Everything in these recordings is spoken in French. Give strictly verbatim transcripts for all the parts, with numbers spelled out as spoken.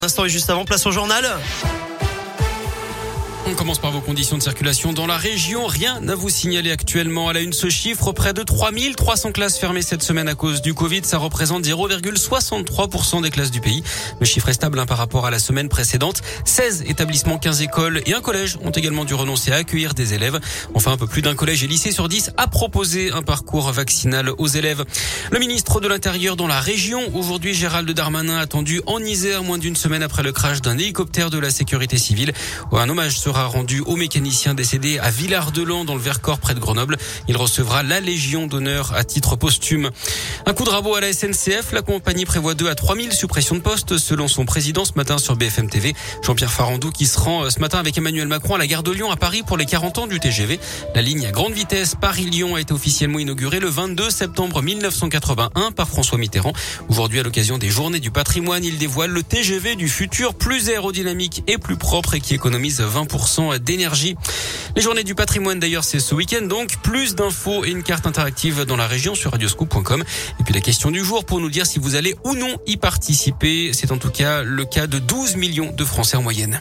L'instant est juste avant, place au journal. On commence par vos conditions de circulation dans la région. Rien à vous signaler actuellement. À la une, ce chiffre, près de trois mille trois cents classes fermées cette semaine à cause du Covid. Ça représente zéro virgule soixante-trois pour cent des classes du pays. Le chiffre est stable hein, par rapport à la semaine précédente. seize établissements, quinze écoles et un collège ont également dû renoncer à accueillir des élèves. Enfin, un peu plus d'un collège et lycée sur dix a proposé un parcours vaccinal aux élèves. Le ministre de l'Intérieur dans la région. Aujourd'hui, Gérald Darmanin attendu en Isère moins d'une semaine après le crash d'un hélicoptère de la sécurité civile. Un hommage sera rendu au mécanicien décédé à Villard-de-Lans dans le Vercors près de Grenoble. Il recevra la Légion d'honneur à titre posthume. Un coup de rabot à la S N C F. La compagnie prévoit deux à trois mille suppressions de postes selon son président ce matin sur B F M T V. Jean-Pierre Farandou qui se rend ce matin avec Emmanuel Macron à la gare de Lyon à Paris pour les quarante ans du T G V. La ligne à grande vitesse Paris-Lyon a été officiellement inaugurée le vingt-deux septembre mille neuf cent quatre-vingt-un par François Mitterrand. Aujourd'hui, à l'occasion des Journées du patrimoine, il dévoile le T G V du futur, plus aérodynamique et plus propre et qui économise vingt pour cent d'énergie. Les Journées du patrimoine d'ailleurs c'est ce week-end, donc plus d'infos et une carte interactive dans la région sur radioscoop point com. Et puis la question du jour pour nous dire si vous allez ou non y participer. C'est en tout cas le cas de douze millions de Français en moyenne.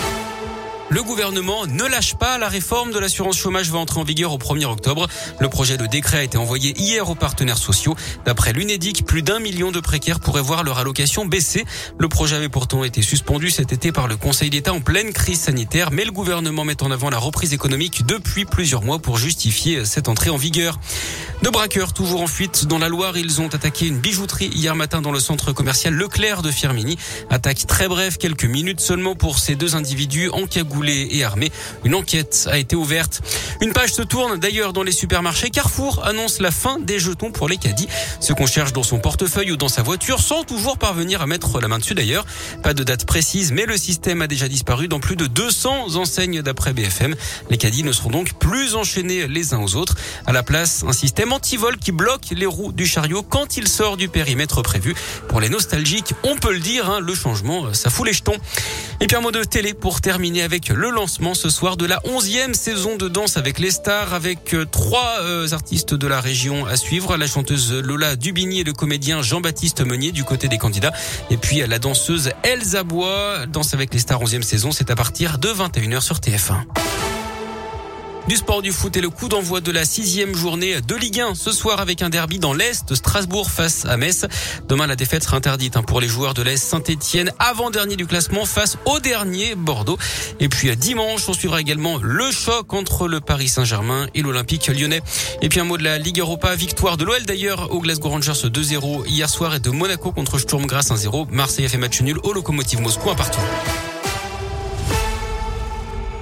Le gouvernement ne lâche pas. La réforme de l'assurance chômage va entrer en vigueur au premier octobre. Le projet de décret a été envoyé hier aux partenaires sociaux. D'après l'Unédic, plus d'un million de précaires pourraient voir leur allocation baisser. Le projet avait pourtant été suspendu cet été par le Conseil d'État en pleine crise sanitaire, mais le gouvernement met en avant la reprise économique depuis plusieurs mois pour justifier cette entrée en vigueur. Deux braqueurs toujours en fuite dans la Loire. Ils ont attaqué une bijouterie hier matin dans le centre commercial Leclerc de Firminy. Attaque très brève, quelques minutes seulement pour ces deux individus encagoulés et armés. Une enquête a été ouverte. Une page se tourne d'ailleurs dans les supermarchés. Carrefour annonce la fin des jetons pour les caddies. Ce qu'on cherche dans son portefeuille ou dans sa voiture sans toujours parvenir à mettre la main dessus d'ailleurs. Pas de date précise, mais le système a déjà disparu dans plus de deux cents enseignes d'après B F M. Les caddies ne seront donc plus enchaînés les uns aux autres. À la place, un système anti-vol qui bloque les roues du chariot quand il sort du périmètre prévu. Pour les nostalgiques, on peut le dire, hein, le changement, ça fout les jetons. Et puis un mot de télé pour terminer avec le lancement ce soir de la onzième saison de Danse avec les stars, avec trois euh, artistes de la région à suivre. La chanteuse Lola Dubigny et le comédien Jean-Baptiste Meunier du côté des candidats. Et puis la danseuse Elsa Bois. Danse avec les stars onzième saison, c'est à partir de vingt et une heures sur T F un. Du sport, du foot et le coup d'envoi de la sixième journée de Ligue un ce soir avec un derby dans l'Est, Strasbourg face à Metz. Demain, la défaite sera interdite pour les joueurs de l'Est Saint-Etienne, avant-dernier du classement face au dernier Bordeaux. Et puis dimanche, on suivra également le choc entre le Paris Saint-Germain et l'Olympique lyonnais. Et puis un mot de la Ligue Europa, victoire de l'O L d'ailleurs au Glasgow Rangers deux zéro hier soir et de Monaco contre Sturm Graz un zéro. Marseille a fait match nul au Lokomotiv Moscou un partout.